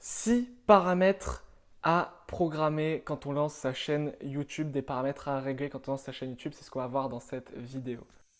6 paramètres à programmer quand on lance sa chaîne YouTube, des paramètres à régler quand on lance sa chaîne YouTube, c'est ce qu'on va voir dans cette vidéo.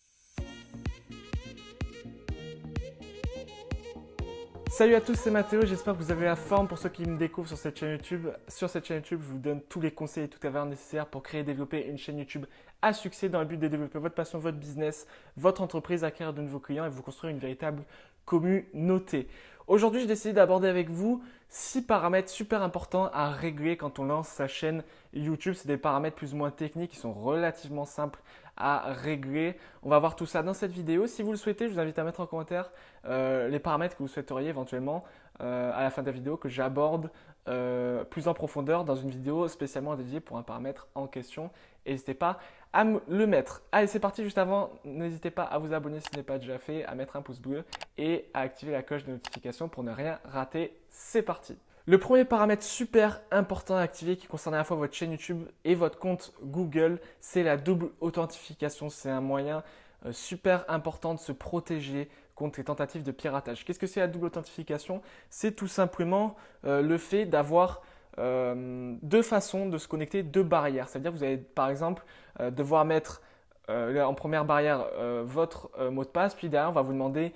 Salut à tous, c'est Mathéo, j'espère que vous avez la forme. Pour ceux qui me découvrent sur cette chaîne YouTube, je vous donne tous les conseils et toutes les valeurs nécessaires pour créer et développer une chaîne YouTube à succès dans le but de développer votre passion, votre business, votre entreprise, acquérir de nouveaux clients et vous construire une véritable communauté. Aujourd'hui, j'ai décidé d'aborder avec vous 6 paramètres super importants à régler quand on lance sa chaîne YouTube. C'est des paramètres plus ou moins techniques qui sont relativement simples à régler. On va voir tout ça dans cette vidéo. Si vous le souhaitez, je vous invite à mettre en commentaire les paramètres que vous souhaiteriez éventuellement à la fin de la vidéo que j'aborde plus en profondeur dans une vidéo spécialement dédiée pour un paramètre en question. N'hésitez pas à me le mettre. Allez, c'est parti. Juste avant, n'hésitez pas à vous abonner si ce n'est pas déjà fait, à mettre un pouce bleu et à activer la cloche de notification pour ne rien rater. C'est parti. Le premier paramètre super important à activer qui concerne à la fois votre chaîne YouTube et votre compte Google, c'est la double authentification. C'est un moyen super important de se protéger contre les tentatives de piratage. Qu'est-ce que c'est la double authentification? C'est tout simplement le fait d'avoir deux façons de se connecter, deux barrières. C'est-à-dire que vous allez par exemple devoir mettre en première barrière votre mot de passe, puis derrière on va vous demander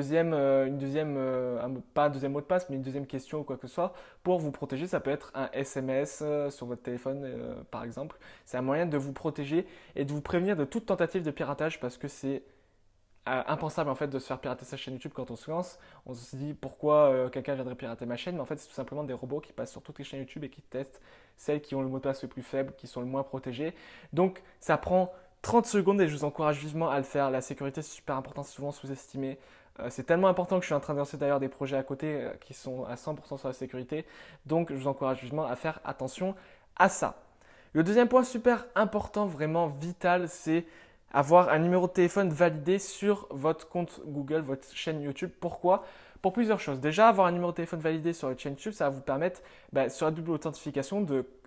pas un deuxième mot de passe, mais une deuxième question ou quoi que ce soit pour vous protéger. Ça peut être un SMS sur votre téléphone par exemple. C'est un moyen de vous protéger et de vous prévenir de toute tentative de piratage parce que c'est impensable en fait de se faire pirater sa chaîne YouTube quand on se lance. On se dit pourquoi quelqu'un viendrait pirater ma chaîne, mais en fait c'est tout simplement des robots qui passent sur toutes les chaînes YouTube et qui testent celles qui ont le mot de passe le plus faible, qui sont le moins protégées. Donc ça prend 30 secondes et je vous encourage vivement à le faire. La sécurité c'est super important, c'est souvent sous-estimé. C'est tellement important que je suis en train de lancer d'ailleurs des projets à côté qui sont à 100% sur la sécurité. Donc je vous encourage vivement à faire attention à ça. Le deuxième point super important, vraiment vital, c'est avoir un numéro de téléphone validé sur votre compte Google, votre chaîne YouTube. Pourquoi? Pour plusieurs choses. Déjà, avoir un numéro de téléphone validé sur votre chaîne YouTube, ça va vous permettre, sur la double authentification,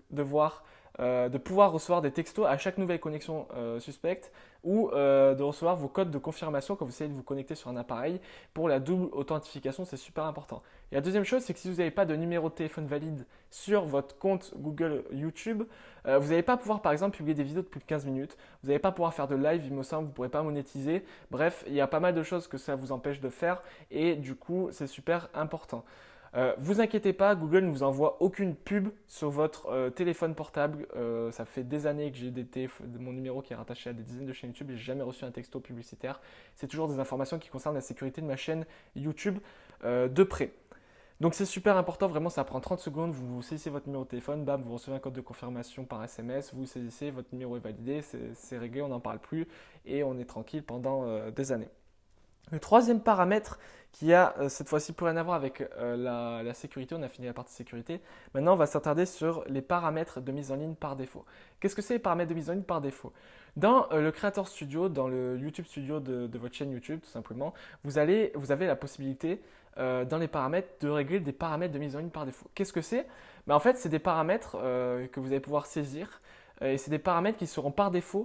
de pouvoir recevoir des textos à chaque nouvelle connexion suspecte ou de recevoir vos codes de confirmation quand vous essayez de vous connecter sur un appareil. Pour la double authentification, c'est super important. Et la deuxième chose, c'est que si vous n'avez pas de numéro de téléphone valide sur votre compte Google YouTube, vous n'allez pas pouvoir par exemple publier des vidéos de plus de 15 minutes, vous n'allez pas pouvoir faire de live, il me semble, vous ne pourrez pas monétiser. Bref, il y a pas mal de choses que ça vous empêche de faire et du coup, c'est super important. Vous inquiétez pas, Google ne vous envoie aucune pub sur votre téléphone portable. Ça fait des années que j'ai mon numéro qui est rattaché à des dizaines de chaînes YouTube et j'ai jamais reçu un texto publicitaire. C'est toujours des informations qui concernent la sécurité de ma chaîne YouTube de près. Donc c'est super important, vraiment ça prend 30 secondes, vous saisissez votre numéro de téléphone, bam, vous recevez un code de confirmation par SMS, vous saisissez, votre numéro est validé, c'est réglé, on n'en parle plus et on est tranquille pendant des années. Le troisième paramètre qui a cette fois-ci plus rien à voir avec la sécurité, on a fini la partie sécurité. Maintenant, on va s'attarder sur les paramètres de mise en ligne par défaut. Qu'est-ce que c'est les paramètres de mise en ligne par défaut? Dans le Creator Studio, dans le YouTube Studio de votre chaîne YouTube, tout simplement, vous avez la possibilité dans les paramètres de régler des paramètres de mise en ligne par défaut. Qu'est-ce que c'est? En fait, c'est des paramètres que vous allez pouvoir saisir et c'est des paramètres qui seront par défaut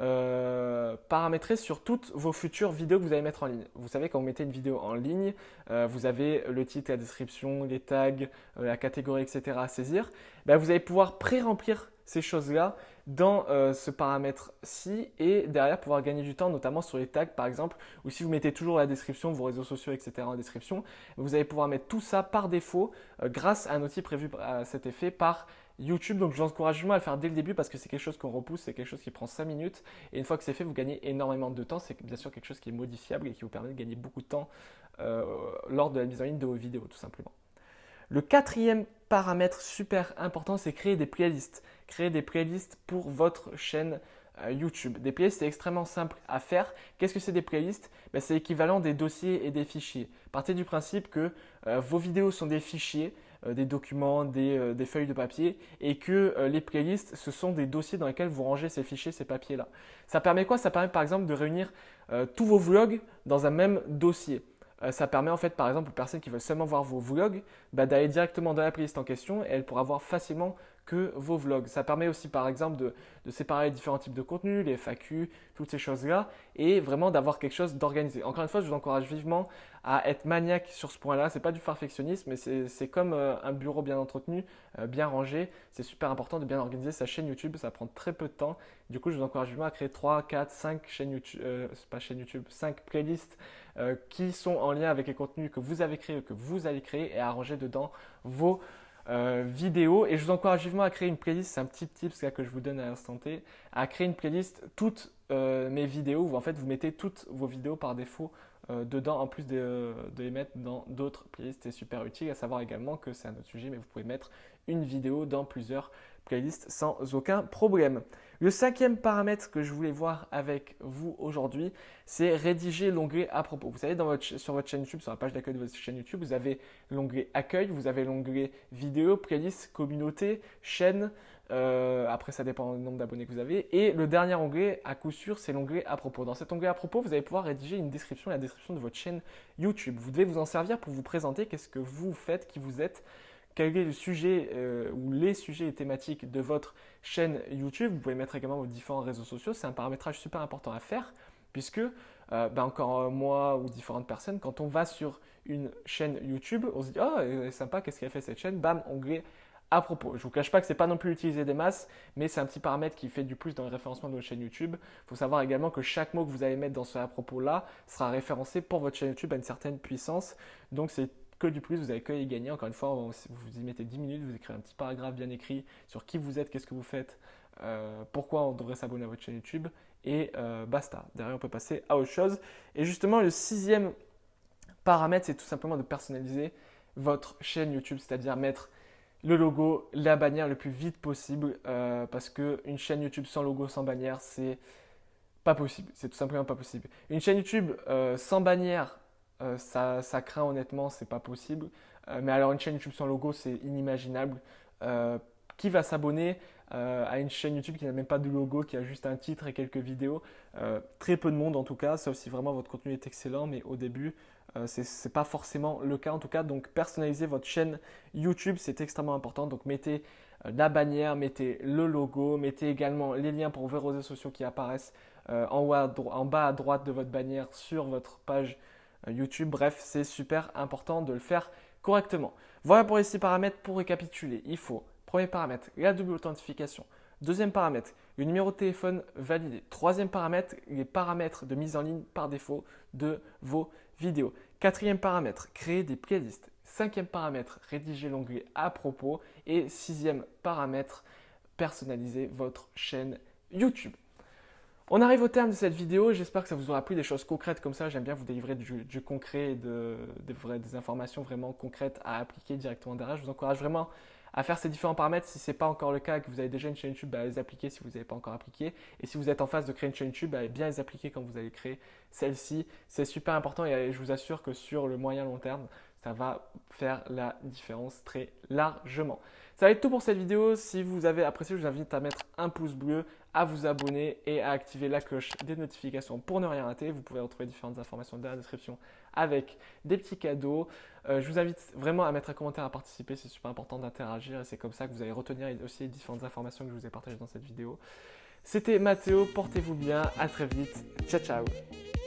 paramétrer sur toutes vos futures vidéos que vous allez mettre en ligne. Vous savez, quand vous mettez une vidéo en ligne, vous avez le titre, la description, les tags, la catégorie, etc. à saisir. Vous allez pouvoir pré-remplir ces choses-là dans ce paramètre-ci et derrière pouvoir gagner du temps, notamment sur les tags par exemple, ou si vous mettez toujours la description, vos réseaux sociaux, etc. en description, vous allez pouvoir mettre tout ça par défaut grâce à un outil prévu à cet effet par YouTube. Donc je vous encourage vraiment à le faire dès le début parce que c'est quelque chose qu'on repousse, c'est quelque chose qui prend 5 minutes et une fois que c'est fait, vous gagnez énormément de temps. C'est bien sûr quelque chose qui est modifiable et qui vous permet de gagner beaucoup de temps lors de la mise en ligne de vos vidéos tout simplement. Le quatrième paramètre super important, c'est créer des playlists. Créer des playlists pour votre chaîne YouTube. Des playlists, c'est extrêmement simple à faire. Qu'est-ce que c'est des playlists? C'est l'équivalent des dossiers et des fichiers. Partez du principe que vos vidéos sont des fichiers, des documents, des feuilles de papier et que les playlists, ce sont des dossiers dans lesquels vous rangez ces fichiers, ces papiers-là. Ça permet quoi? Ça permet par exemple de réunir tous vos vlogs dans un même dossier. Ça permet en fait par exemple aux personnes qui veulent seulement voir vos vlogs d'aller directement dans la playlist en question et elle pourra voir facilement que vos vlogs. Ça permet aussi par exemple de séparer les différents types de contenus, les FAQ, toutes ces choses-là, et vraiment d'avoir quelque chose d'organisé. Encore une fois, je vous encourage vivement à être maniaque sur ce point-là. C'est pas du perfectionnisme, mais c'est comme un bureau bien entretenu, bien rangé. C'est super important de bien organiser sa chaîne YouTube. Ça prend très peu de temps. Du coup, je vous encourage vivement à créer 3, 4, 5 chaînes YouTube, pas chaîne YouTube, 5 playlists qui sont en lien avec les contenus que vous avez créés ou que vous allez créer et à ranger dedans vos vidéos. Et je vous encourage vivement à créer une playlist. C'est un petit tips là, que je vous donne à l'instant T. À créer une playlist, toutes mes vidéos, où en fait vous mettez toutes vos vidéos par défaut dedans, en plus de les mettre dans d'autres playlists. C'est super utile. À savoir également que c'est un autre sujet, mais vous pouvez mettre une vidéo dans plusieurs playlists sans aucun problème. Le cinquième paramètre que je voulais voir avec vous aujourd'hui, c'est rédiger l'onglet à propos. Vous savez, sur votre chaîne YouTube, sur la page d'accueil de votre chaîne YouTube, vous avez l'onglet accueil, vous avez l'onglet vidéo, playlist, communauté, chaîne. Après, ça dépend du nombre d'abonnés que vous avez. Et le dernier onglet, à coup sûr, c'est l'onglet à propos. Dans cet onglet à propos, vous allez pouvoir rédiger une description, la description de votre chaîne YouTube. Vous devez vous en servir pour vous présenter, qu'est-ce que vous faites, qui vous êtes, quel est le sujet ou les sujets et thématiques de votre chaîne YouTube. Vous pouvez mettre également vos différents réseaux sociaux. C'est un paramétrage super important à faire puisque encore moi ou différentes personnes, quand on va sur une chaîne YouTube, on se dit « Oh, sympa, qu'est-ce qu'elle fait cette chaîne ?» Bam, onglet à propos. Je ne vous cache pas que ce n'est pas non plus utilisé des masses, mais c'est un petit paramètre qui fait du plus dans le référencement de votre chaîne YouTube. Il faut savoir également que chaque mot que vous allez mettre dans ce à propos-là sera référencé pour votre chaîne YouTube à une certaine puissance. Donc, c'est que du plus, vous avez que y gagner. Encore une fois, vous y mettez 10 minutes, vous écrivez un petit paragraphe bien écrit sur qui vous êtes, qu'est-ce que vous faites, pourquoi on devrait s'abonner à votre chaîne YouTube et basta. Derrière, on peut passer à autre chose. Et justement, le sixième paramètre, c'est tout simplement de personnaliser votre chaîne YouTube, c'est-à-dire mettre le logo, la bannière le plus vite possible parce qu'une chaîne YouTube sans logo, sans bannière, c'est pas possible. C'est tout simplement pas possible. Une chaîne YouTube sans bannière, ça craint honnêtement, c'est pas possible. Mais alors une chaîne YouTube sans logo, c'est inimaginable. Qui va s'abonner à une chaîne YouTube qui n'a même pas de logo, qui a juste un titre et quelques vidéos? Très peu de monde en tout cas, sauf si vraiment votre contenu est excellent, mais au début, ce n'est pas forcément le cas en tout cas. Donc personnalisez votre chaîne YouTube, c'est extrêmement important. Donc mettez la bannière, mettez le logo, mettez également les liens pour vos réseaux sociaux qui apparaissent en bas à droite de votre bannière sur votre page YouTube. Bref, c'est super important de le faire correctement. Voilà pour les 6 paramètres. Pour récapituler, il faut, premier paramètre, la double authentification. Deuxième paramètre, le numéro de téléphone validé. Troisième paramètre, les paramètres de mise en ligne par défaut de vos vidéos. Quatrième paramètre, créer des playlists. Cinquième paramètre, rédiger l'onglet à propos. Et sixième paramètre, personnaliser votre chaîne YouTube. On arrive au terme de cette vidéo, j'espère que ça vous aura plu, des choses concrètes comme ça. J'aime bien vous délivrer du concret et des informations vraiment concrètes à appliquer directement derrière. Je vous encourage vraiment à faire ces différents paramètres. Si ce n'est pas encore le cas, que vous avez déjà une chaîne YouTube, à les appliquer si vous n'avez pas encore appliqué. Et si vous êtes en phase de créer une chaîne YouTube, bien les appliquer quand vous allez créer celle-ci. C'est super important et je vous assure que sur le moyen long terme, ça va faire la différence très largement. Ça va être tout pour cette vidéo. Si vous avez apprécié, je vous invite à mettre un pouce bleu, à vous abonner et à activer la cloche des notifications pour ne rien rater. Vous pouvez retrouver différentes informations dans la description avec des petits cadeaux. Je vous invite vraiment à mettre un commentaire, à participer. C'est super important d'interagir et c'est comme ça que vous allez retenir aussi les différentes informations que je vous ai partagées dans cette vidéo. C'était Mathéo, portez-vous bien, à très vite. Ciao, ciao.